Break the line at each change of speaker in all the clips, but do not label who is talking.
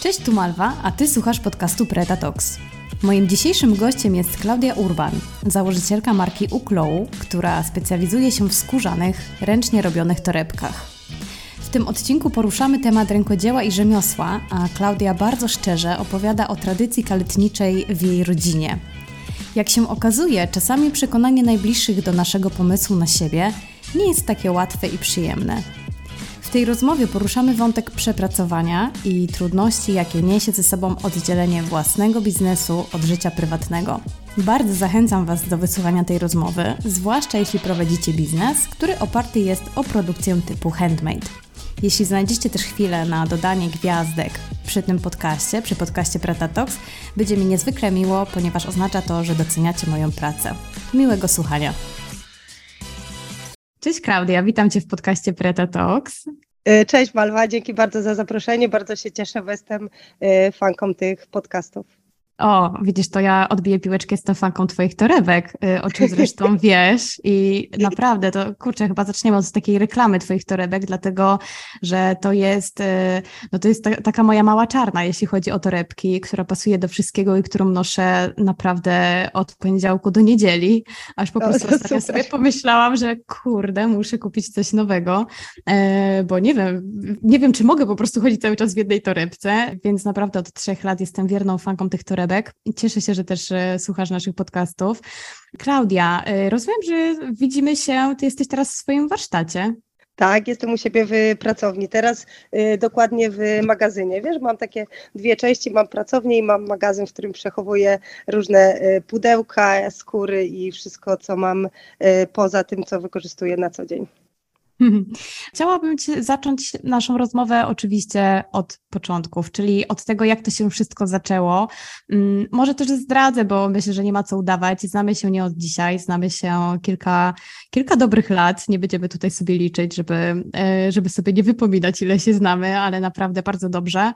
Cześć, tu Malwa, a Ty słuchasz podcastu Preta Talks. Moim dzisiejszym gościem jest Klaudia Urban, założycielka marki Uklowu, która specjalizuje się w skórzanych, ręcznie robionych torebkach. W tym odcinku poruszamy temat rękodzieła i rzemiosła, a Klaudia bardzo szczerze opowiada o tradycji kaletniczej w jej rodzinie. Jak się okazuje, czasami przekonanie najbliższych do naszego pomysłu na siebie nie jest takie łatwe i przyjemne. W tej rozmowie poruszamy wątek przepracowania i trudności, jakie niesie ze sobą oddzielenie własnego biznesu od życia prywatnego. Bardzo zachęcam Was do wysłuchania tej rozmowy, zwłaszcza jeśli prowadzicie biznes, który oparty jest o produkcję typu handmade. Jeśli znajdziecie też chwilę na dodanie gwiazdek przy tym podcaście, przy podcaście Preta Talks, będzie mi niezwykle miło, ponieważ oznacza to, że doceniacie moją pracę. Miłego słuchania. Cześć Klaudia, witam Cię w podcaście Preta Talks.
Cześć Malwa, dzięki bardzo za zaproszenie, bardzo się cieszę, bo jestem fanką tych podcastów.
O, widzisz, to ja odbiję piłeczkę, jestem fanką Twoich torebek, o czym zresztą wiesz i naprawdę, to kurczę, chyba zaczniemy od takiej reklamy Twoich torebek, dlatego, że to jest taka moja mała czarna, jeśli chodzi o torebki, która pasuje do wszystkiego i którą noszę naprawdę od poniedziałku do niedzieli, aż po prostu ostatnio sobie pomyślałam, że kurde, muszę kupić coś nowego, bo nie wiem, czy mogę po prostu chodzić cały czas w jednej torebce, więc naprawdę od 3 lat jestem wierną fanką tych torebek. Cieszę się, że też słuchasz naszych podcastów. Klaudia, rozumiem, że widzimy się, Ty jesteś teraz w swoim warsztacie.
Tak, jestem u siebie w pracowni, teraz dokładnie w magazynie. Wiesz, mam takie 2 części, mam pracownię i mam magazyn, w którym przechowuję różne pudełka, skóry i wszystko, co mam poza tym, co wykorzystuję na co dzień.
Chciałabym zacząć naszą rozmowę oczywiście od początków, czyli od tego, jak to się wszystko zaczęło. Może też zdradzę, bo myślę, że nie ma co udawać. Znamy się nie od dzisiaj, znamy się kilka dobrych lat. Nie będziemy tutaj sobie liczyć, żeby sobie nie wypominać, ile się znamy, ale naprawdę bardzo dobrze.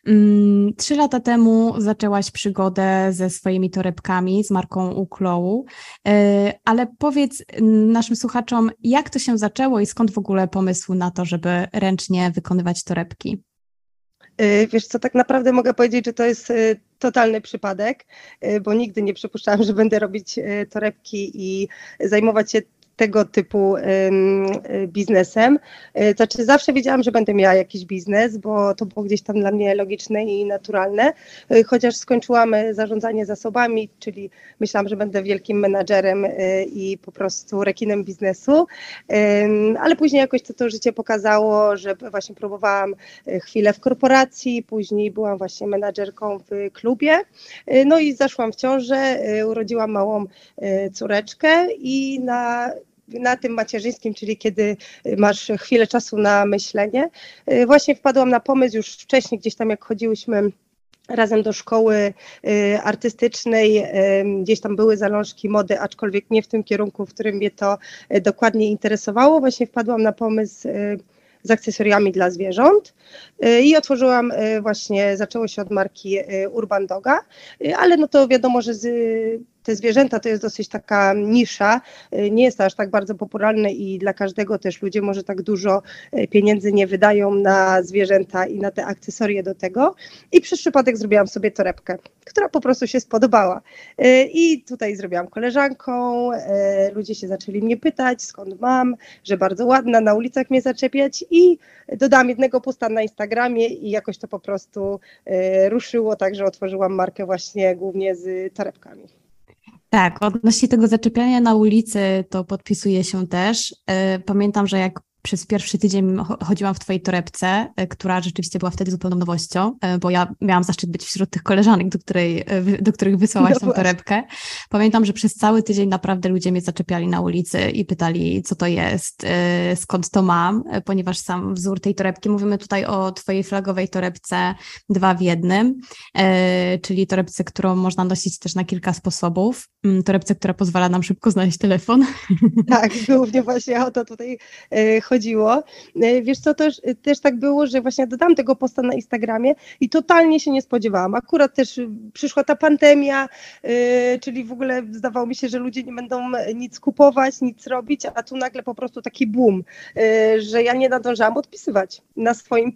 3 lata temu zaczęłaś przygodę ze swoimi torebkami, z marką Uklowu, ale powiedz naszym słuchaczom, jak to się zaczęło i skąd w ogóle pomysł na to, żeby ręcznie wykonywać torebki?
Wiesz co, tak naprawdę mogę powiedzieć, że to jest totalny przypadek, bo nigdy nie przypuszczałam, że będę robić torebki i zajmować się tego typu biznesem. Znaczy zawsze wiedziałam, że będę miała jakiś biznes, bo to było gdzieś tam dla mnie logiczne i naturalne, chociaż skończyłam zarządzanie zasobami, czyli myślałam, że będę wielkim menadżerem i po prostu rekinem biznesu, ale później jakoś to życie pokazało, że właśnie próbowałam chwilę w korporacji, później byłam właśnie menadżerką w klubie, no i zaszłam w ciążę, urodziłam małą córeczkę i na tym macierzyńskim, czyli kiedy masz chwilę czasu na myślenie, właśnie wpadłam na pomysł już wcześniej, gdzieś tam jak chodziłyśmy razem do szkoły artystycznej, gdzieś tam były zalążki mody, aczkolwiek nie w tym kierunku, w którym mnie to dokładnie interesowało. Właśnie wpadłam na pomysł z akcesoriami dla zwierząt i otworzyłam zaczęło się od marki Urban Doga, ale no to wiadomo, że te zwierzęta to jest dosyć taka nisza, nie jest to aż tak bardzo popularne i dla każdego też ludzie może tak dużo pieniędzy nie wydają na zwierzęta i na te akcesorie do tego. I przez przypadek zrobiłam sobie torebkę, która po prostu się spodobała. I tutaj zrobiłam koleżanką, ludzie się zaczęli mnie pytać, skąd mam, że bardzo ładna, na ulicach mnie zaczepiać i dodałam jednego posta na Instagramie i jakoś to po prostu ruszyło, także otworzyłam markę właśnie głównie z torebkami.
Tak, odnośnie tego zaczepiania na ulicy, to podpisuję się też. Pamiętam, że jak przez pierwszy tydzień chodziłam w Twojej torebce, która rzeczywiście była wtedy zupełną nowością, bo ja miałam zaszczyt być wśród tych koleżanek, do których wysłałaś tą torebkę. Pamiętam, że przez cały tydzień naprawdę ludzie mnie zaczepiali na ulicy i pytali, co to jest, skąd to mam, ponieważ sam wzór tej torebki, mówimy tutaj o Twojej flagowej torebce 2 w 1, czyli torebce, którą można nosić też na kilka sposobów, torebce, która pozwala nam szybko znaleźć telefon.
Tak, głównie właśnie o to tutaj chodziło. Wiesz co, też tak było, że właśnie dodałam tego posta na Instagramie i totalnie się nie spodziewałam. Akurat też przyszła ta pandemia, czyli w ogóle zdawało mi się, że ludzie nie będą nic kupować, nic robić, a tu nagle po prostu taki boom, że ja nie nadążałam odpisywać na swoim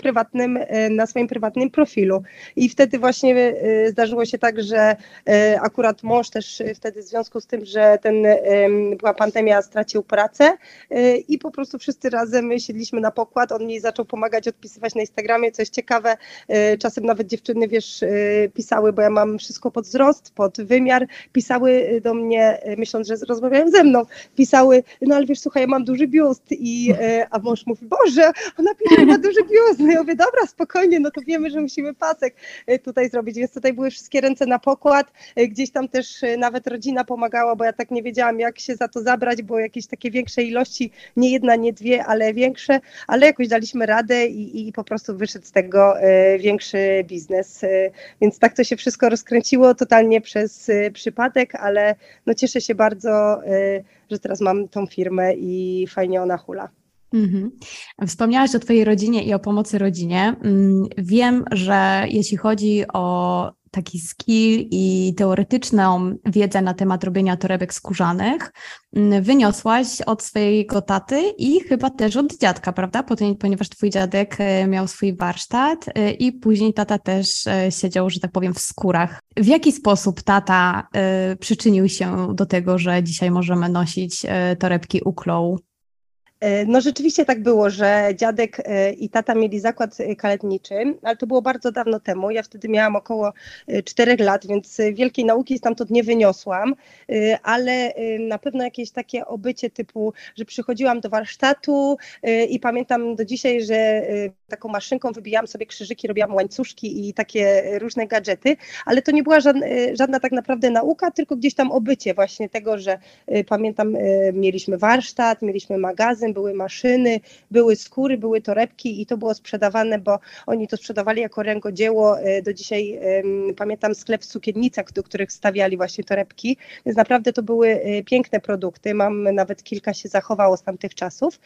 prywatnym profilu. I wtedy właśnie zdarzyło się tak, że akurat mąż też wtedy w związku z tym, że była pandemia, stracił pracę i po prostu wszyscy razem siedliśmy na pokład, on mi zaczął pomagać odpisywać na Instagramie, co jest ciekawe, czasem nawet dziewczyny, wiesz, pisały, bo ja mam wszystko pod wzrost, pod wymiar, pisały do mnie, myśląc, że rozmawiają ze mną, pisały, no ale wiesz, słuchaj, ja mam duży biust a mąż mówi, Boże, ona pisze, że ma duży biust, no ja mówię, dobra, spokojnie, no to wiemy, że musimy pasek tutaj zrobić, więc tutaj były wszystkie ręce na pokład, gdzieś tam też nawet rodzina pomagała, bo ja tak nie wiedziałam, jak się za to zabrać, bo jakieś takie większe ilości, nie jedna, nie dwie, ale większe, ale jakoś daliśmy radę i po prostu wyszedł z tego większy biznes, więc tak to się wszystko rozkręciło totalnie przez przypadek, ale no cieszę się bardzo, że teraz mam tą firmę i fajnie ona hula.
Mhm. Wspomniałaś o Twojej rodzinie i o pomocy rodzinie. Wiem, że jeśli chodzi o taki skill i teoretyczną wiedzę na temat robienia torebek skórzanych, wyniosłaś od swojego taty i chyba też od dziadka, prawda? Ponieważ Twój dziadek miał swój warsztat i później tata też siedział, że tak powiem, w skórach. W jaki sposób tata przyczynił się do tego, że dzisiaj możemy nosić torebki UKLOW?
No rzeczywiście tak było, że dziadek i tata mieli zakład kaletniczy, ale to było bardzo dawno temu. Ja wtedy miałam około 4 lat, więc wielkiej nauki stamtąd nie wyniosłam, ale na pewno jakieś takie obycie typu, że przychodziłam do warsztatu i pamiętam do dzisiaj, że taką maszynką wybijałam sobie krzyżyki, robiłam łańcuszki i takie różne gadżety, ale to nie była żadna tak naprawdę nauka, tylko gdzieś tam obycie właśnie tego, że pamiętam mieliśmy warsztat, mieliśmy magazyn, były maszyny, były skóry, były torebki i to było sprzedawane, bo oni to sprzedawali jako rękodzieło. Do dzisiaj pamiętam sklep w Sukiennicach, do których stawiali właśnie torebki, więc naprawdę to były piękne produkty. Mam nawet kilka się zachowało z tamtych czasów.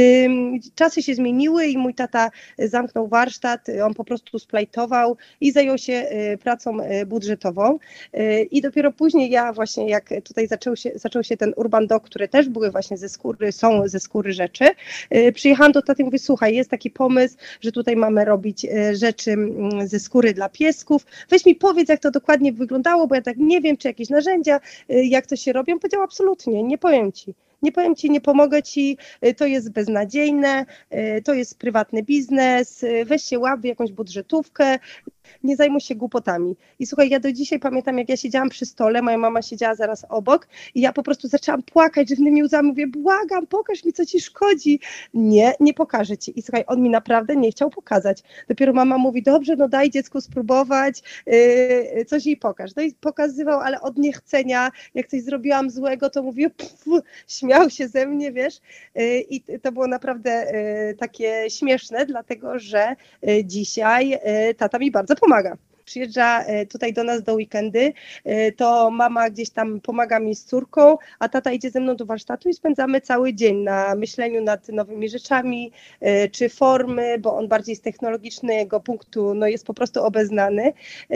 Czasy się zmieniły i mój tata zamknął warsztat, on po prostu splajtował i zajął się pracą budżetową i dopiero później ja właśnie, jak tutaj zaczął się ten Urban Dog, które też były właśnie są ze skóry rzeczy. Przyjechałam do taty i mówię, słuchaj, jest taki pomysł, że tutaj mamy robić rzeczy ze skóry dla piesków. Weź mi powiedz, jak to dokładnie wyglądało, bo ja tak nie wiem, czy jakieś narzędzia, jak to się robi. On powiedział, absolutnie, nie powiem ci. Nie powiem ci, nie pomogę ci, to jest beznadziejne, to jest prywatny biznes, weź się łap w jakąś budżetówkę, nie zajmuj się głupotami. I słuchaj, ja do dzisiaj pamiętam, jak ja siedziałam przy stole, moja mama siedziała zaraz obok i ja po prostu zaczęłam płakać żywnymi łzami, mówię, błagam, pokaż mi, co ci szkodzi. Nie pokażę ci. I słuchaj, on mi naprawdę nie chciał pokazać. Dopiero mama mówi, dobrze, no daj dziecku spróbować, coś jej pokaż. No i pokazywał, ale od niechcenia, jak coś zrobiłam złego, to mówił, śmiał się ze mnie, wiesz. I to było naprawdę takie śmieszne, dlatego że dzisiaj tata mi bardzo pomaga. Przyjeżdża tutaj do nas do weekendy, to mama gdzieś tam pomaga mi z córką, a tata idzie ze mną do warsztatu i spędzamy cały dzień na myśleniu nad nowymi rzeczami, czy formy, bo on bardziej z technologicznego punktu no jest po prostu obeznany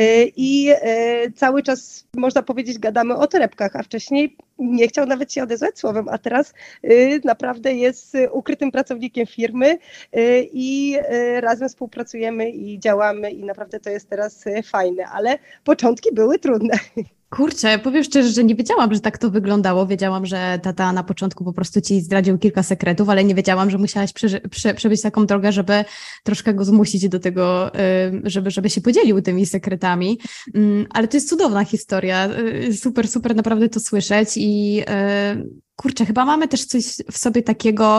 i cały czas, można powiedzieć, gadamy o torebkach, a wcześniej nie chciał nawet się odezwać słowem, a teraz naprawdę jest ukrytym pracownikiem firmy i razem współpracujemy i działamy i naprawdę to jest teraz fajne, ale początki były trudne.
Kurczę, powiem szczerze, że nie wiedziałam, że tak to wyglądało. Wiedziałam, że tata na początku po prostu ci zdradził kilka sekretów, ale nie wiedziałam, że musiałaś przebyć taką drogę, żeby troszkę go zmusić do tego, żeby się podzielił tymi sekretami. Ale to jest cudowna historia. Super naprawdę to słyszeć i kurczę, chyba mamy też coś w sobie takiego,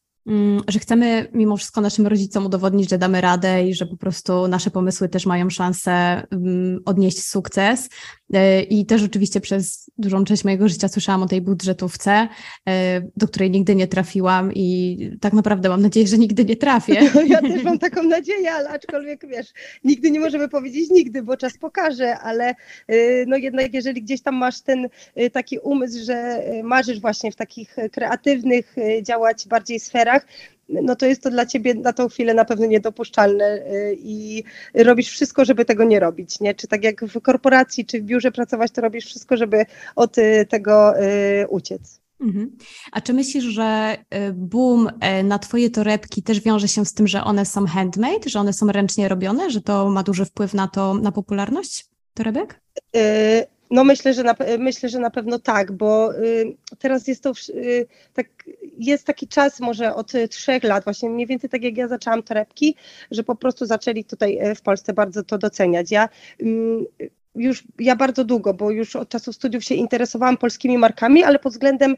że chcemy mimo wszystko naszym rodzicom udowodnić, że damy radę i że po prostu nasze pomysły też mają szansę odnieść sukces. I też oczywiście przez dużą część mojego życia słyszałam o tej budżetówce, do której nigdy nie trafiłam i tak naprawdę mam nadzieję, że nigdy nie trafię.
Ja też mam taką nadzieję, ale aczkolwiek wiesz, nigdy nie możemy powiedzieć nigdy, bo czas pokaże, ale no jednak jeżeli gdzieś tam masz ten taki umysł, że marzysz właśnie w takich kreatywnych działać bardziej sferach, no to jest to dla ciebie na tą chwilę na pewno niedopuszczalne i robisz wszystko, żeby tego nie robić, nie? Czy tak jak w korporacji, czy w biurze pracować, to robisz wszystko, żeby od tego uciec.
A czy myślisz, że boom na twoje torebki też wiąże się z tym, że one są handmade, że one są ręcznie robione, że to ma duży wpływ na popularność torebek?
No myślę, że na pewno tak, bo teraz jest to tak, jest taki czas może od 3 lat, właśnie mniej więcej tak jak ja zaczęłam torebki, że po prostu zaczęli tutaj w Polsce bardzo to doceniać. Ja bardzo długo, bo już od czasu studiów się interesowałam polskimi markami, ale pod względem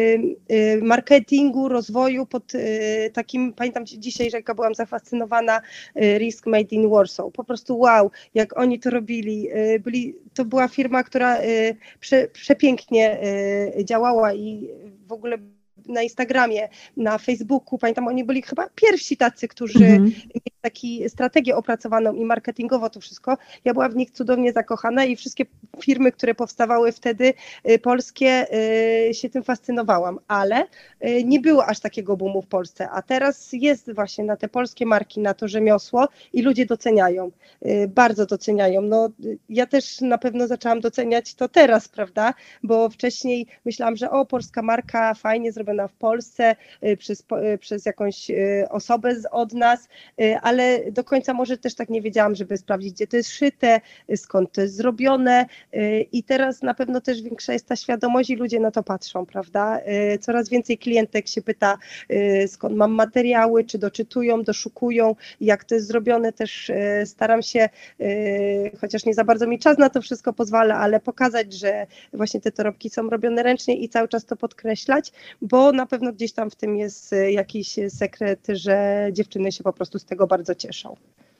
marketingu, rozwoju, pod takim, pamiętam dzisiaj, że jaka byłam zafascynowana Risk Made in Warsaw. Po prostu wow, jak oni to robili. To była firma, która przepięknie działała i w ogóle na Instagramie, na Facebooku, pamiętam, oni byli chyba pierwsi tacy, którzy mieli taką strategię opracowaną i marketingowo to wszystko. Ja byłam w nich cudownie zakochana i wszystkie firmy, które powstawały wtedy, polskie, się tym fascynowałam, ale nie było aż takiego boomu w Polsce, a teraz jest właśnie na te polskie marki, na to rzemiosło i ludzie doceniają, bardzo doceniają. No, ja też na pewno zaczęłam doceniać to teraz, prawda, bo wcześniej myślałam, że polska marka fajnie zrobiona w Polsce przez jakąś osobę od nas, ale do końca może też tak nie wiedziałam, żeby sprawdzić, gdzie to jest szyte, skąd to jest zrobione i teraz na pewno też większa jest ta świadomość i ludzie na to patrzą, prawda? Coraz więcej klientek się pyta, skąd mam materiały, czy doczytują, doszukują, jak to jest zrobione, też staram się, chociaż nie za bardzo mi czas na to wszystko pozwala, ale pokazać, że właśnie te torebki są robione ręcznie i cały czas to podkreślać, bo na pewno gdzieś tam w tym jest jakiś sekret, że dziewczyny się po prostu z tego bardzo cieszą.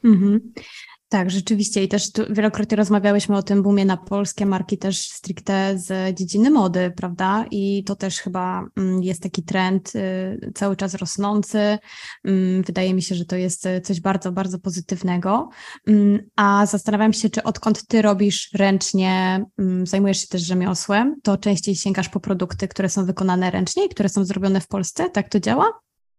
Tak, rzeczywiście i też tu wielokrotnie rozmawiałyśmy o tym boomie na polskie marki też stricte z dziedziny mody, prawda? I to też chyba jest taki trend cały czas rosnący. Wydaje mi się, że to jest coś bardzo, bardzo pozytywnego. A zastanawiam się, czy odkąd ty robisz ręcznie, zajmujesz się też rzemiosłem, to częściej sięgasz po produkty, które są wykonane ręcznie i które są zrobione w Polsce? Tak to działa?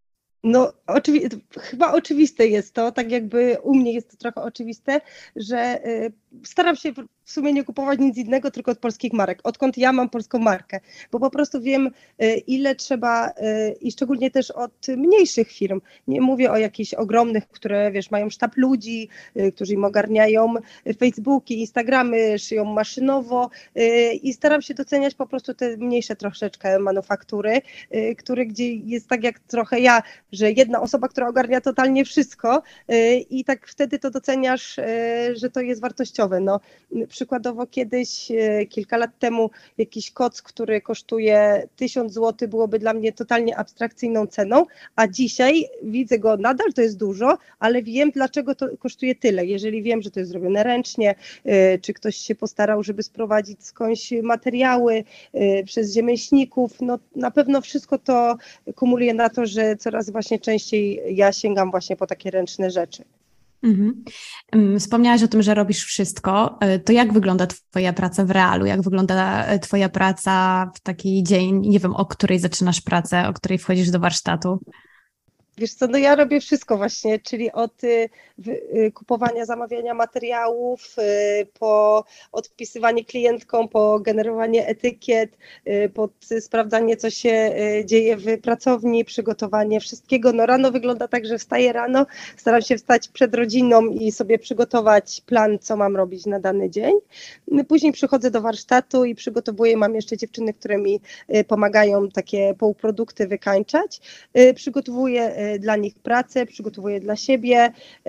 No, chyba oczywiste jest to, tak jakby u mnie jest to trochę oczywiste, że staram się w sumie nie kupować nic innego, tylko od polskich marek, odkąd ja mam polską markę, bo po prostu wiem, ile trzeba i szczególnie też od mniejszych firm, nie mówię o jakichś ogromnych, które wiesz, mają sztab ludzi, którzy im ogarniają Facebooki, Instagramy, szyją maszynowo i staram się doceniać po prostu te mniejsze troszeczkę manufaktury, które gdzie jest tak jak trochę ja, że jedna osoba, która ogarnia totalnie wszystko i tak wtedy to doceniasz, że to jest wartościowe. No, przykładowo kiedyś, kilka lat temu jakiś koc, który kosztuje 1000 zł byłoby dla mnie totalnie abstrakcyjną ceną, a dzisiaj widzę go nadal, to jest dużo, ale wiem dlaczego to kosztuje tyle. Jeżeli wiem, że to jest zrobione ręcznie, czy ktoś się postarał, żeby sprowadzić skądś materiały przez rzemieślników, no na pewno wszystko to kumuluje na to, że coraz właśnie częściej ja sięgam właśnie po takie ręczne rzeczy.
Wspomniałaś o tym, że robisz wszystko. To jak wygląda twoja praca w realu? Jak wygląda twoja praca w taki dzień, nie wiem, o której zaczynasz pracę, o której wchodzisz do warsztatu?
Wiesz co, no ja robię wszystko właśnie, czyli od kupowania, zamawiania materiałów, po odpisywanie klientkom, po generowanie etykiet, pod sprawdzanie, co się dzieje w pracowni, przygotowanie wszystkiego. No rano wygląda tak, że wstaję rano, staram się wstać przed rodziną i sobie przygotować plan, co mam robić na dany dzień. Później przychodzę do warsztatu i przygotowuję, mam jeszcze dziewczyny, które mi pomagają takie półprodukty wykańczać. Przygotowuję dla nich pracę, przygotowuję dla siebie,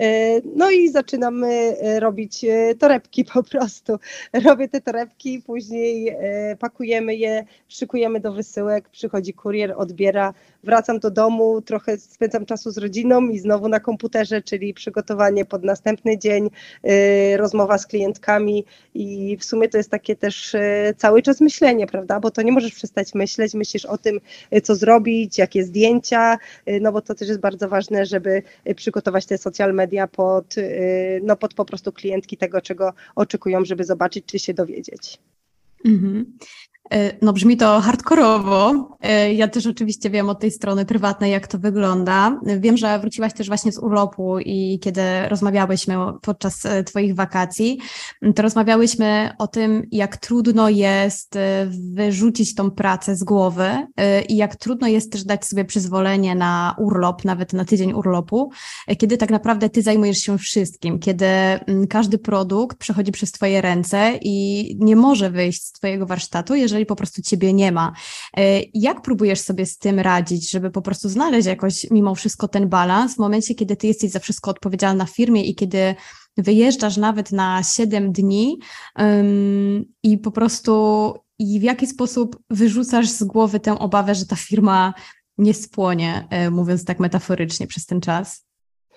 no i zaczynamy robić torebki po prostu. Robię te torebki, później pakujemy je, szykujemy do wysyłek, przychodzi kurier, odbiera, wracam do domu, trochę spędzam czasu z rodziną i znowu na komputerze, czyli przygotowanie pod następny dzień, rozmowa z klientkami i w sumie to jest takie też cały czas myślenie, prawda, bo to nie możesz przestać myśleć, myślisz o tym, co zrobić, jakie zdjęcia, no bo to też jest bardzo ważne, żeby przygotować te social media pod po prostu klientki tego, czego oczekują, żeby zobaczyć, czy się dowiedzieć.
No brzmi to hardkorowo. Ja też oczywiście wiem od tej strony prywatnej, jak to wygląda. Wiem, że wróciłaś też właśnie z urlopu i kiedy rozmawiałyśmy podczas Twoich wakacji, to rozmawiałyśmy o tym, jak trudno jest wyrzucić tą pracę z głowy i jak trudno jest też dać sobie przyzwolenie na urlop, nawet na tydzień urlopu, kiedy tak naprawdę Ty zajmujesz się wszystkim, kiedy każdy produkt przechodzi przez Twoje ręce i nie może wyjść z Twojego warsztatu, jeżeli po prostu Ciebie nie ma. Jak próbujesz sobie z tym radzić, żeby po prostu znaleźć jakoś mimo wszystko ten balans w momencie, kiedy Ty jesteś za wszystko odpowiedzialna w firmie i kiedy wyjeżdżasz nawet na 7 dni i po prostu w jaki sposób wyrzucasz z głowy tę obawę, że ta firma nie spłonie, mówiąc tak metaforycznie, przez ten czas?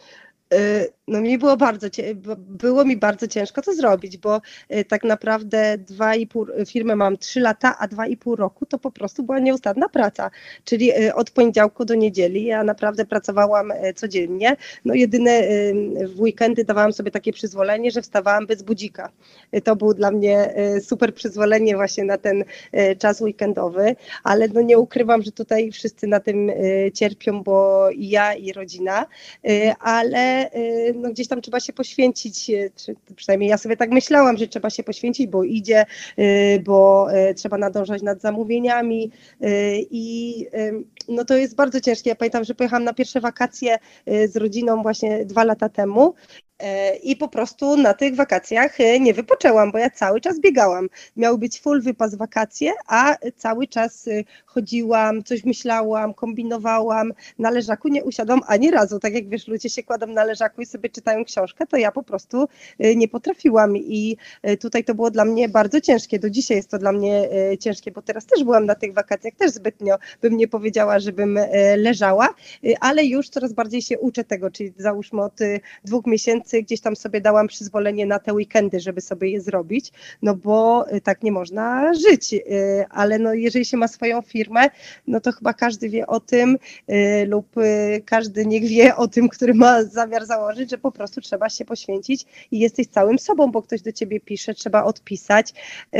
No było mi bardzo ciężko to zrobić, bo tak naprawdę 2,5 firmy mam 3 lata, a 2,5 roku to po prostu była nieustanna praca, czyli od poniedziałku do niedzieli ja naprawdę pracowałam codziennie, no jedyne w weekendy dawałam sobie takie przyzwolenie, że wstawałam bez budzika. To był dla mnie super przyzwolenie właśnie na ten czas weekendowy, ale no nie ukrywam, że tutaj wszyscy na tym cierpią, bo i ja i rodzina, ale no gdzieś tam trzeba się poświęcić, czy przynajmniej ja sobie tak myślałam, że trzeba się poświęcić, bo idzie, bo trzeba nadążać nad zamówieniami i no to jest bardzo ciężkie. Ja pamiętam, że pojechałam na pierwsze wakacje z rodziną właśnie 2 lata temu i po prostu na tych wakacjach nie wypoczęłam, bo ja cały czas biegałam. Miał być full wypas wakacje, a cały czas chodziłam, coś myślałam, kombinowałam. Na leżaku nie usiadłam ani razu. Tak jak wiesz, ludzie się kładą na leżaku i sobie czytają książkę, to ja po prostu nie potrafiłam i tutaj to było dla mnie bardzo ciężkie. Do dzisiaj jest to dla mnie ciężkie, bo teraz też byłam na tych wakacjach, też zbytnio bym nie powiedziała, żebym leżała, ale już coraz bardziej się uczę tego, czyli załóżmy od 2 miesięcy gdzieś tam sobie dałam przyzwolenie na te weekendy, żeby sobie je zrobić, no bo tak nie można żyć, ale no jeżeli się ma swoją firmę, no to chyba każdy wie o tym lub każdy niech wie o tym, który ma zamiar założyć, że po prostu trzeba się poświęcić i jesteś całym sobą, bo ktoś do ciebie pisze, trzeba odpisać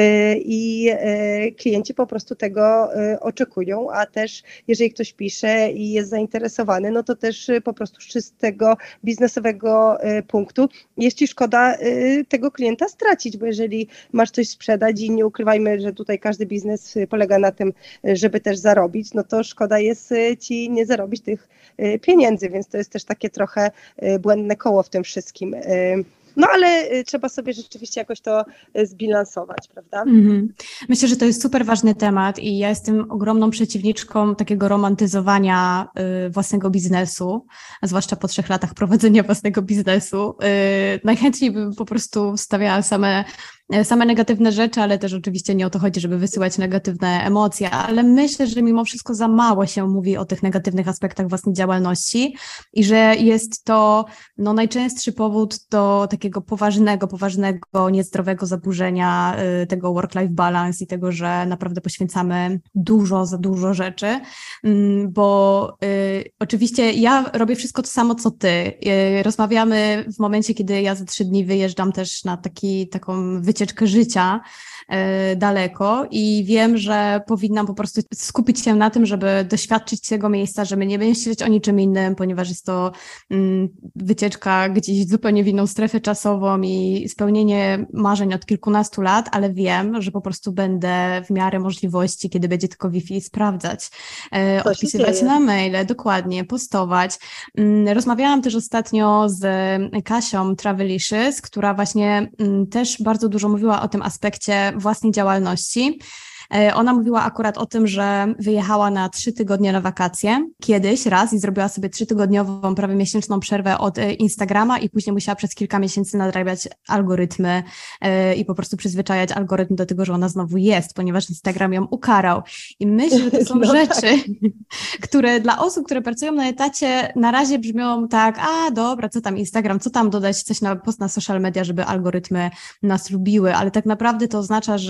i klienci po prostu tego oczekują, a też jeżeli ktoś pisze i jest zainteresowany, no to też po prostu z czystego biznesowego punktu jest ci szkoda tego klienta stracić, bo jeżeli masz coś sprzedać i nie ukrywajmy, że tutaj każdy biznes polega na tym, żeby też zarobić, no to szkoda jest ci nie zarobić tych pieniędzy, więc to jest też takie trochę błędne koło w tym wszystkim. No ale trzeba sobie rzeczywiście jakoś to zbilansować, prawda?
Myślę, że to jest super ważny temat i ja jestem ogromną przeciwniczką takiego romantyzowania własnego biznesu, a zwłaszcza po 3 latach prowadzenia własnego biznesu. Najchętniej bym po prostu stawiała same negatywne rzeczy, ale też oczywiście nie o to chodzi, żeby wysyłać negatywne emocje, ale myślę, że mimo wszystko za mało się mówi o tych negatywnych aspektach własnej działalności i że jest to najczęstszy powód do takiego poważnego, niezdrowego zaburzenia tego work-life balance i tego, że naprawdę poświęcamy za dużo rzeczy, bo oczywiście ja robię wszystko to samo, co ty. Rozmawiamy w momencie, kiedy ja za 3 dni wyjeżdżam też na taką wycieczkę życia daleko i wiem, że powinnam po prostu skupić się na tym, żeby doświadczyć tego miejsca, żeby nie myśleć o niczym innym, ponieważ jest to wycieczka gdzieś zupełnie w inną strefę czasową i spełnienie marzeń od kilkunastu lat, ale wiem, że po prostu będę w miarę możliwości, kiedy będzie tylko Wi-Fi, sprawdzać, odpisywać na maile, dokładnie, postować. Rozmawiałam też ostatnio z Kasią Travelicious, która właśnie też bardzo dużo mówiła o tym aspekcie własnej działalności. Ona mówiła akurat o tym, że wyjechała na 3 tygodnie na wakacje kiedyś raz i zrobiła sobie 3-tygodniową, prawie miesięczną przerwę od Instagrama i później musiała przez kilka miesięcy nadrabiać algorytmy i po prostu przyzwyczajać algorytm do tego, że ona znowu jest, ponieważ Instagram ją ukarał. I myślę, że to są rzeczy, które dla osób, które pracują na etacie na razie brzmią tak, dobra, co tam Instagram, co tam dodać coś na post na social media, żeby algorytmy nas lubiły, ale tak naprawdę to oznacza, że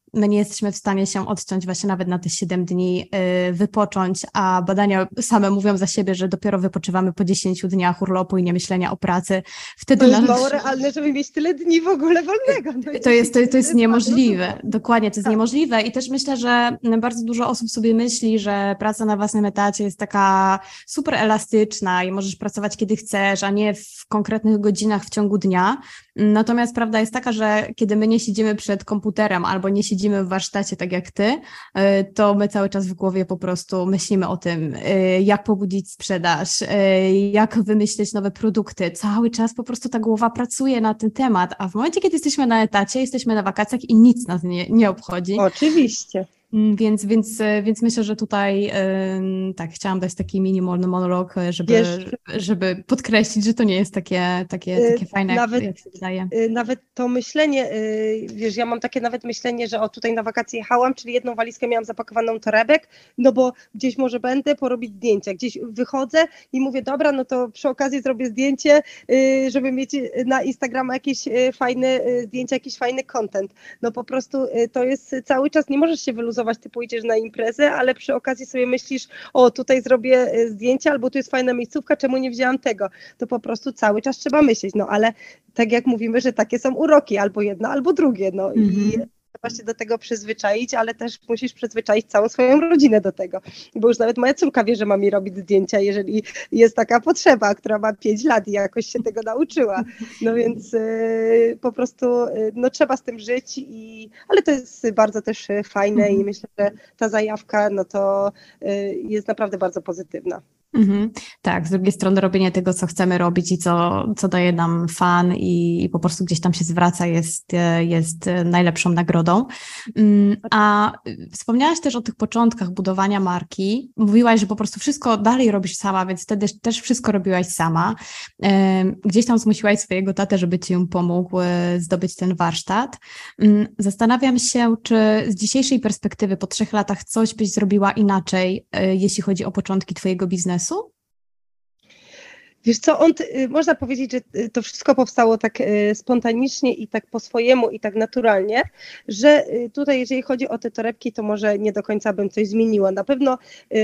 my nie jesteśmy w stanie się odciąć właśnie nawet na te 7 dni, wypocząć, a badania same mówią za siebie, że dopiero wypoczywamy po 10 dniach urlopu i nie myślenia o pracy. Wtedy
to jest mało realne, żeby mieć tyle dni w ogóle wolnego.
To jest niemożliwe. Dokładnie, to jest niemożliwe i też myślę, że bardzo dużo osób sobie myśli, że praca na własnym etacie jest taka super elastyczna i możesz pracować kiedy chcesz, a nie w konkretnych godzinach w ciągu dnia. Natomiast prawda jest taka, że kiedy my nie siedzimy przed komputerem albo nie siedzimy w warsztacie tak jak ty, to my cały czas w głowie po prostu myślimy o tym, jak pobudzić sprzedaż, jak wymyślić nowe produkty. Cały czas po prostu ta głowa pracuje na ten temat, a w momencie, kiedy jesteśmy na etacie, jesteśmy na wakacjach i nic nas nie obchodzi.
Oczywiście.
Więc myślę, że tutaj tak, chciałam dać taki mini monolog, żeby podkreślić, że to nie jest takie fajne,
nawet,
jak się wydaje.
Nawet to myślenie, wiesz, ja mam takie nawet myślenie, że tutaj na wakacje jechałam, czyli jedną walizkę miałam zapakowaną torebek, no bo gdzieś może będę porobić zdjęcia, gdzieś wychodzę i mówię, dobra, no to przy okazji zrobię zdjęcie, żeby mieć na Instagrama jakieś fajne zdjęcia, jakiś fajny content. No po prostu to jest cały czas, nie możesz się wyluzować, ty pójdziesz na imprezę, ale przy okazji sobie myślisz, o tutaj zrobię zdjęcia, albo tu jest fajna miejscówka, czemu nie wzięłam tego? To po prostu cały czas trzeba myśleć, no ale tak jak mówimy, że takie są uroki, albo jedno, albo drugie, no i trzeba się do tego przyzwyczaić, ale też musisz przyzwyczaić całą swoją rodzinę do tego, bo już nawet moja córka wie, że ma mi robić zdjęcia, jeżeli jest taka potrzeba, która ma 5 lat i jakoś się tego nauczyła, no więc po prostu no trzeba z tym żyć, ale to jest bardzo też fajne i myślę, że ta zajawka no to jest naprawdę bardzo pozytywna.
Tak, z drugiej strony robienie tego, co chcemy robić i co daje nam fan i po prostu gdzieś tam się zwraca jest najlepszą nagrodą. A wspomniałaś też o tych początkach budowania marki. Mówiłaś, że po prostu wszystko dalej robisz sama, więc wtedy też wszystko robiłaś sama. Gdzieś tam zmusiłaś swojego tatę, żeby ci ją pomógł zdobyć ten warsztat. Zastanawiam się, czy z dzisiejszej perspektywy po 3 latach coś byś zrobiła inaczej, jeśli chodzi o początki twojego biznesu?
Wiesz co, można powiedzieć, że to wszystko powstało tak spontanicznie i tak po swojemu i tak naturalnie, że tutaj jeżeli chodzi o te torebki, to może nie do końca bym coś zmieniła. Na pewno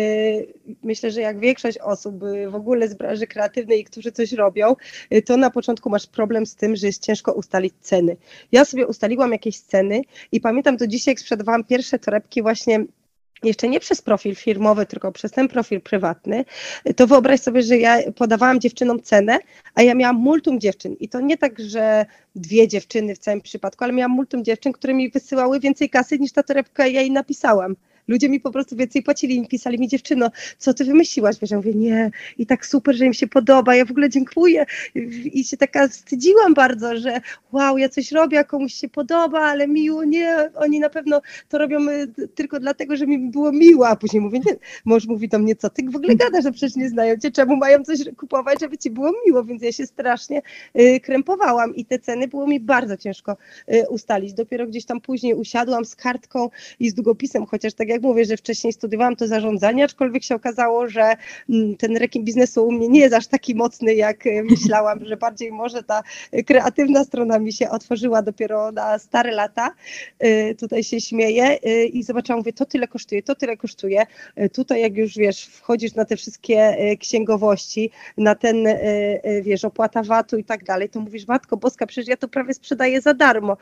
myślę, że jak większość osób w ogóle z branży kreatywnej, którzy coś robią, to na początku masz problem z tym, że jest ciężko ustalić ceny. Ja sobie ustaliłam jakieś ceny i pamiętam do dzisiaj, jak sprzedawałam pierwsze torebki właśnie jeszcze nie przez profil firmowy, tylko przez ten profil prywatny, to wyobraź sobie, że ja podawałam dziewczynom cenę, a ja miałam multum dziewczyn i to nie tak, że 2 dziewczyny w całym przypadku, ale miałam multum dziewczyn, które mi wysyłały więcej kasy niż ta torebka, ja jej napisałam. Ludzie mi po prostu więcej płacili i mi pisali mi, dziewczyno, co ty wymyśliłaś? Wiesz, ja mówię, nie, i tak super, że im się podoba, ja w ogóle dziękuję i się taka wstydziłam bardzo, że wow, ja coś robię, a komuś się podoba, ale miło, nie, oni na pewno to robią tylko dlatego, że mi było miło, a później mówię, nie, mąż mówi do mnie, co ty w ogóle gadasz, że przecież nie znają cię, czemu mają coś kupować, żeby ci było miło, więc ja się strasznie krępowałam i te ceny było mi bardzo ciężko ustalić. Dopiero gdzieś tam później usiadłam z kartką i z długopisem, chociaż tak jak mówię, że wcześniej studiowałam to zarządzanie, aczkolwiek się okazało, że ten rekin biznesu u mnie nie jest aż taki mocny, jak myślałam, że bardziej może ta kreatywna strona mi się otworzyła dopiero na stare lata. Tutaj się śmieję i zobaczyłam, mówię, to tyle kosztuje. Tutaj jak już wiesz, wchodzisz na te wszystkie księgowości, na ten wiesz, opłata VAT-u i tak dalej, to mówisz, Matko Boska, przecież ja to prawie sprzedaję za darmo.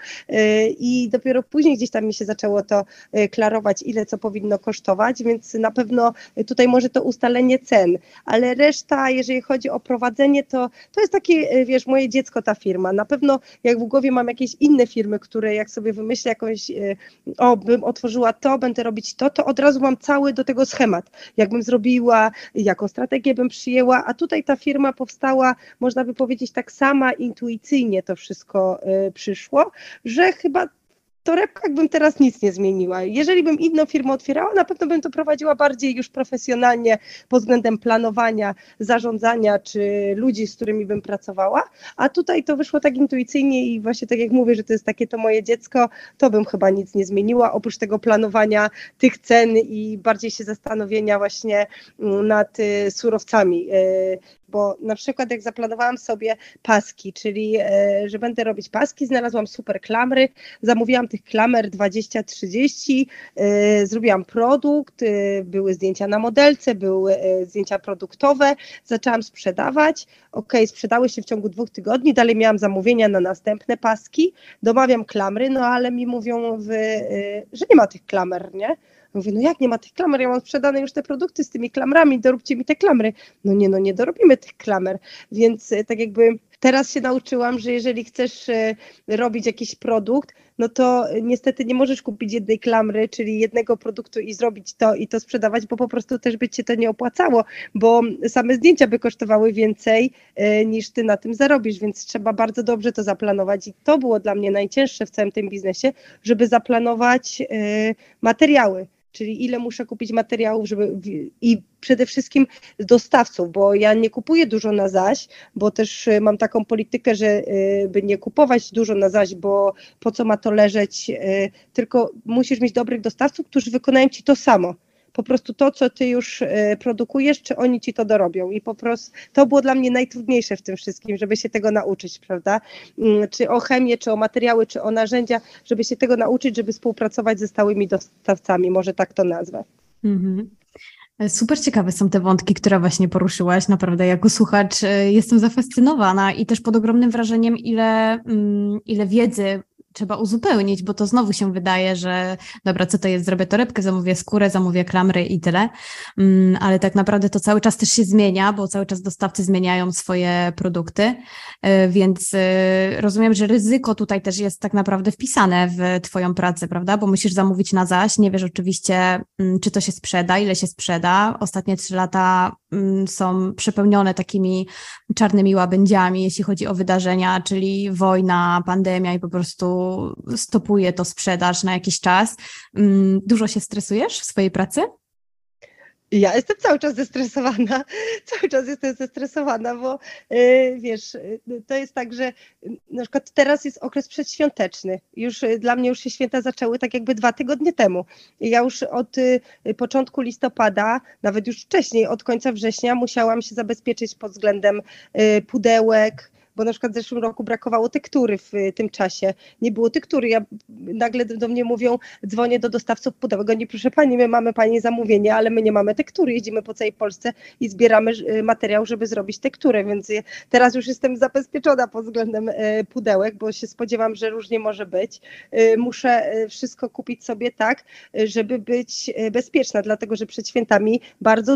I dopiero później gdzieś tam mi się zaczęło to klarować, ile co powinno kosztować, więc na pewno tutaj może to ustalenie cen, ale reszta, jeżeli chodzi o prowadzenie, to jest takie, wiesz, moje dziecko, ta firma. Na pewno jak w głowie mam jakieś inne firmy, które jak sobie wymyślę jakąś, bym otworzyła to, będę robić to od razu mam cały do tego schemat, jakbym zrobiła, jaką strategię bym przyjęła, a tutaj ta firma powstała, można by powiedzieć tak sama, intuicyjnie to wszystko przyszło, że chyba w torebkach bym teraz nic nie zmieniła. Jeżeli bym inną firmę otwierała, na pewno bym to prowadziła bardziej już profesjonalnie pod względem planowania, zarządzania czy ludzi, z którymi bym pracowała, a tutaj to wyszło tak intuicyjnie i właśnie tak jak mówię, że to jest takie to moje dziecko, to bym chyba nic nie zmieniła, oprócz tego planowania tych cen i bardziej się zastanowienia właśnie nad surowcami. Bo na przykład jak zaplanowałam sobie paski, czyli że będę robić paski, znalazłam super klamry, zamówiłam tych klamer 20-30, zrobiłam produkt, były zdjęcia na modelce, były zdjęcia produktowe, zaczęłam sprzedawać, sprzedały się w ciągu 2 tygodni, dalej miałam zamówienia na następne paski, domawiam klamry, no ale mi mówią, że nie ma tych klamer, nie? Mówię, no jak nie ma tych klamer, ja mam sprzedane już te produkty z tymi klamrami, doróbcie mi te klamry. No nie dorobimy tych klamer, więc tak jakby teraz się nauczyłam, że jeżeli chcesz robić jakiś produkt, no to niestety nie możesz kupić jednej klamry, czyli jednego produktu i zrobić to i to sprzedawać, bo po prostu też by cię to nie opłacało, bo same zdjęcia by kosztowały więcej niż ty na tym zarobisz, więc trzeba bardzo dobrze to zaplanować i to było dla mnie najcięższe w całym tym biznesie, żeby zaplanować materiały. Czyli ile muszę kupić materiałów, i przede wszystkim dostawców, bo ja nie kupuję dużo na zaś, bo też mam taką politykę, że by nie kupować dużo na zaś, bo po co ma to leżeć, tylko musisz mieć dobrych dostawców, którzy wykonają ci to samo. Po prostu to, co ty już produkujesz, czy oni ci to dorobią i po prostu to było dla mnie najtrudniejsze w tym wszystkim, żeby się tego nauczyć, prawda, czy o chemię, czy o materiały, czy o narzędzia, żeby się tego nauczyć, żeby współpracować ze stałymi dostawcami, może tak to nazwę.
Mhm. Super ciekawe są te wątki, które właśnie poruszyłaś. Naprawdę jako słuchacz jestem zafascynowana i też pod ogromnym wrażeniem, ile wiedzy trzeba uzupełnić, bo to znowu się wydaje, że dobra, co to jest, zrobię torebkę, zamówię skórę, zamówię klamry i tyle, ale tak naprawdę to cały czas też się zmienia, bo cały czas dostawcy zmieniają swoje produkty, więc rozumiem, że ryzyko tutaj też jest tak naprawdę wpisane w twoją pracę, prawda, bo musisz zamówić na zaś, nie wiesz oczywiście, czy to się sprzeda, ile się sprzeda. Ostatnie 3 lata są przepełnione takimi czarnymi łabędziami, jeśli chodzi o wydarzenia, czyli wojna, pandemia i po prostu stopuje to sprzedaż na jakiś czas. Dużo się stresujesz w swojej pracy?
Ja jestem cały czas zestresowana, bo wiesz, to jest tak, że na przykład teraz jest okres przedświąteczny. Dla mnie już się święta zaczęły tak jakby 2 tygodnie temu. Ja już od początku listopada, nawet już wcześniej, od końca września musiałam się zabezpieczyć pod względem pudełek, bo na przykład w zeszłym roku brakowało tektury w tym czasie. Nie było tektury. Nagle do mnie mówią, dzwonię do dostawców pudełek. Oni, proszę pani, my mamy pani zamówienie, ale my nie mamy tektury. Jeździmy po całej Polsce i zbieramy materiał, żeby zrobić tekturę, więc teraz już jestem zabezpieczona pod względem pudełek, bo się spodziewam, że różnie może być. Muszę wszystko kupić sobie tak, żeby być bezpieczna, dlatego że przed świętami bardzo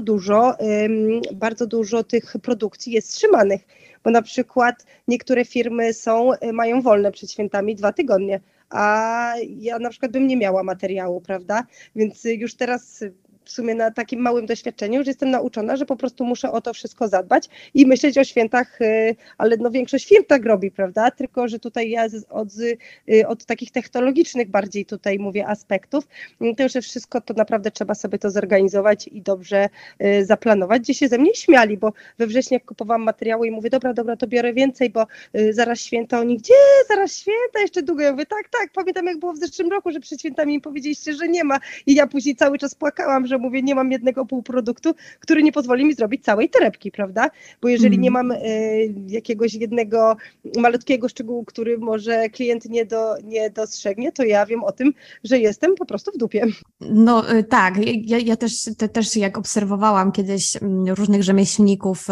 dużo tych produkcji jest wstrzymanych, bo na przykład niektóre firmy mają wolne przed świętami 2 tygodnie, a ja na przykład bym nie miała materiału, prawda? Więc już teraz w sumie na takim małym doświadczeniu już jestem nauczona, że po prostu muszę o to wszystko zadbać i myśleć o świętach, ale no większość firm tak robi, prawda? Tylko że tutaj ja od takich technologicznych bardziej tutaj mówię aspektów, to że wszystko to naprawdę trzeba sobie to zorganizować i dobrze zaplanować, gdzie się ze mnie śmiali, bo we wrześniu jak kupowałam materiały i mówię, dobra, to biorę więcej, bo zaraz święta, oni, gdzie? Zaraz święta? Jeszcze długo. Ja mówię, tak, pamiętam jak było w zeszłym roku, że przed świętami mi powiedzieliście, że nie ma i ja później cały czas płakałam, że mówię, nie mam jednego półproduktu, który nie pozwoli mi zrobić całej torebki, prawda? Bo jeżeli nie mam jakiegoś jednego malutkiego szczegółu, który może klient nie dostrzegnie, to ja wiem o tym, że jestem po prostu w dupie.
No tak, ja też jak obserwowałam kiedyś różnych rzemieślników,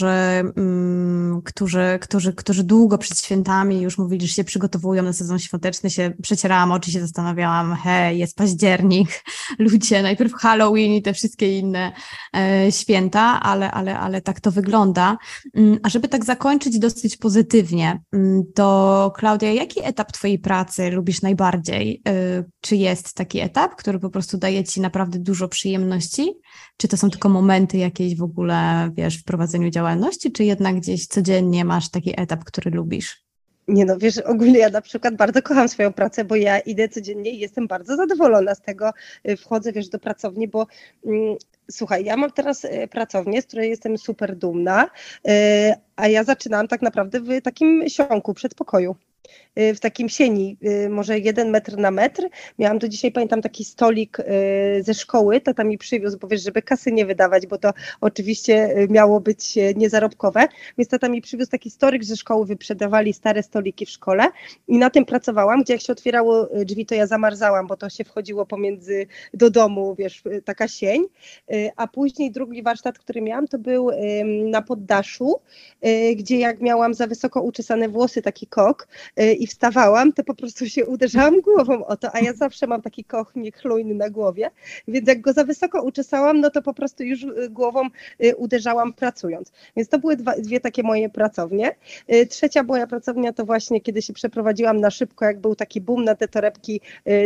którzy długo przed świętami już mówili, że się przygotowują na sezon świąteczny, się przecierałam oczy, się zastanawiałam, hej, jest październik, ludzie, najpierw Halloween i te wszystkie inne święta, ale tak to wygląda. A żeby tak zakończyć dosyć pozytywnie, to Klaudia, jaki etap twojej pracy lubisz najbardziej? Czy jest taki etap, który po prostu daje ci naprawdę dużo przyjemności? Czy to są tylko momenty jakieś w ogóle, wiesz, w prowadzeniu działalności, czy jednak gdzieś codziennie masz taki etap, który lubisz?
Nie no, wiesz, ogólnie ja na przykład bardzo kocham swoją pracę, bo ja idę codziennie i jestem bardzo zadowolona z tego, wchodzę, wiesz, do pracowni, bo słuchaj, ja mam teraz pracownię, z której jestem super dumna, a ja zaczynałam tak naprawdę w takim sionku, przedpokoju. w takim sieni, może 1 metr na metr. Miałam do dzisiaj, pamiętam, taki stolik ze szkoły, tata mi przywiózł, bo wiesz, żeby kasy nie wydawać, bo to oczywiście miało być niezarobkowe, więc tata mi przywiózł taki stolik ze szkoły, wyprzedawali stare stoliki w szkole i na tym pracowałam, gdzie jak się otwierało drzwi, to ja zamarzałam, bo to się wchodziło pomiędzy do domu, wiesz, taka sień, a później drugi warsztat, który miałam, to był na poddaszu, gdzie jak miałam za wysoko uczesane włosy, taki kok, i wstawałam, to po prostu się uderzałam głową o to, a ja zawsze mam taki koch niechlujny na głowie, więc jak go za wysoko uczesałam, no to po prostu już głową uderzałam pracując. Więc to były dwie takie moje pracownie. Trzecia moja pracownia to właśnie, kiedy się przeprowadziłam na szybko, jak był taki boom na te torebki,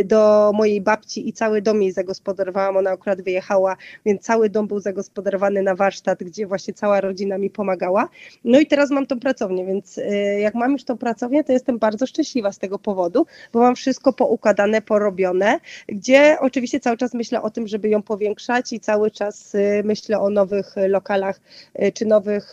do mojej babci i cały dom jej zagospodarowałam, ona akurat wyjechała, więc cały dom był zagospodarowany na warsztat, gdzie właśnie cała rodzina mi pomagała. No i teraz mam tą pracownię, więc jak mam już tą pracownię, to jestem bardzo szczęśliwa z tego powodu, bo mam wszystko poukładane, porobione, gdzie oczywiście cały czas myślę o tym, żeby ją powiększać i cały czas myślę o nowych lokalach czy nowych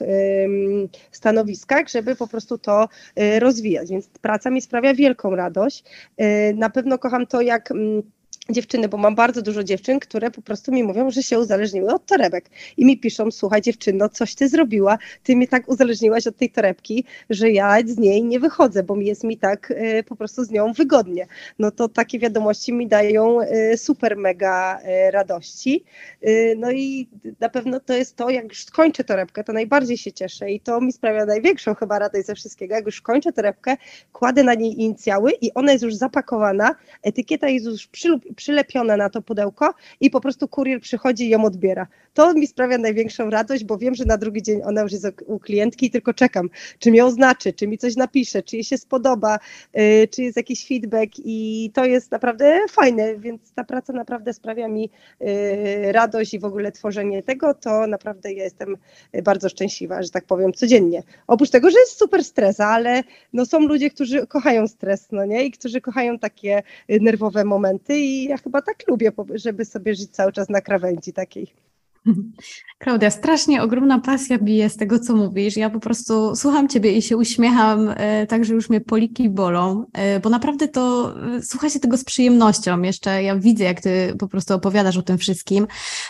stanowiskach, żeby po prostu to rozwijać, więc praca mi sprawia wielką radość. Na pewno kocham to, jak dziewczyny, bo mam bardzo dużo dziewczyn, które po prostu mi mówią, że się uzależniły od torebek i mi piszą: słuchaj dziewczyno, coś ty zrobiła, ty mnie tak uzależniłaś od tej torebki, że ja z niej nie wychodzę, bo jest mi tak po prostu z nią wygodnie. No to takie wiadomości mi dają super mega radości. No i na pewno to jest to, jak już skończę torebkę, to najbardziej się cieszę i to mi sprawia największą chyba radość ze wszystkiego. Jak już kończę torebkę, kładę na niej inicjały i ona jest już zapakowana, etykieta jest już przylepione na to pudełko i po prostu kurier przychodzi i ją odbiera. To mi sprawia największą radość, bo wiem, że na drugi dzień ona już jest u klientki i tylko czekam, czy mnie oznaczy, czy mi coś napisze, czy jej się spodoba, czy jest jakiś feedback i to jest naprawdę fajne, więc ta praca naprawdę sprawia mi radość i w ogóle tworzenie tego, to naprawdę ja jestem bardzo szczęśliwa, że tak powiem, codziennie. Oprócz tego, że jest super stres, ale no są ludzie, którzy kochają stres, no nie? I którzy kochają takie nerwowe momenty i ja chyba tak lubię, żeby sobie żyć cały czas na krawędzi takiej.
Klaudia, strasznie ogromna pasja bije z tego, co mówisz. Ja po prostu słucham Ciebie i się uśmiecham, tak, że już mnie poliki bolą, bo naprawdę to słucha się tego z przyjemnością. Jeszcze ja widzę, jak Ty po prostu opowiadasz o tym wszystkim.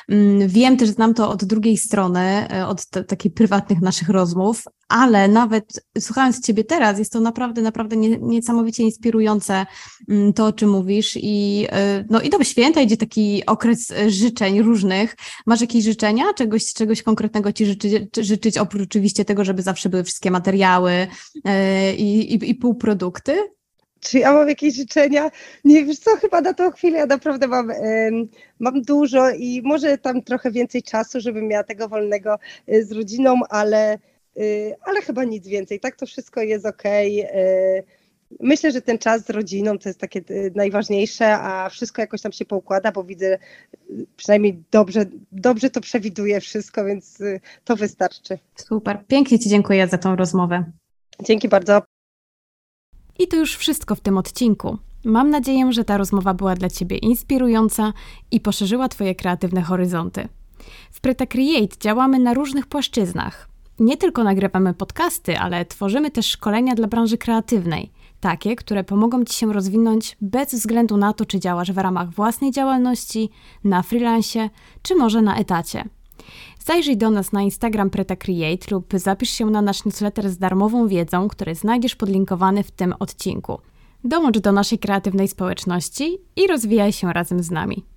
Wiem też, znam to od drugiej strony, od takich prywatnych naszych rozmów, ale nawet słuchając Ciebie teraz, jest to naprawdę niesamowicie inspirujące to, o czym mówisz i do święta idzie taki okres życzeń różnych. Masz jakieś życzenia? Czegoś konkretnego Ci życzyć, oprócz oczywiście tego, żeby zawsze były wszystkie materiały i półprodukty?
Czy ja mam jakieś życzenia? Nie, wiesz co, chyba na tą chwilę ja naprawdę mam dużo i może tam trochę więcej czasu, żebym miała tego wolnego z rodziną, ale chyba nic więcej. Tak, to wszystko jest okej. Myślę, że ten czas z rodziną to jest takie najważniejsze, a wszystko jakoś tam się poukłada, bo widzę, przynajmniej dobrze to przewiduje wszystko, więc to wystarczy.
Super, pięknie Ci dziękuję za tą rozmowę.
Dzięki bardzo.
I to już wszystko w tym odcinku. Mam nadzieję, że ta rozmowa była dla Ciebie inspirująca i poszerzyła Twoje kreatywne horyzonty. W Preta Create działamy na różnych płaszczyznach. Nie tylko nagrywamy podcasty, ale tworzymy też szkolenia dla branży kreatywnej. Takie, które pomogą Ci się rozwinąć bez względu na to, czy działasz w ramach własnej działalności, na freelancie, czy może na etacie. Zajrzyj do nas na Instagram Preta Create lub zapisz się na nasz newsletter z darmową wiedzą, który znajdziesz podlinkowany w tym odcinku. Dołącz do naszej kreatywnej społeczności i rozwijaj się razem z nami.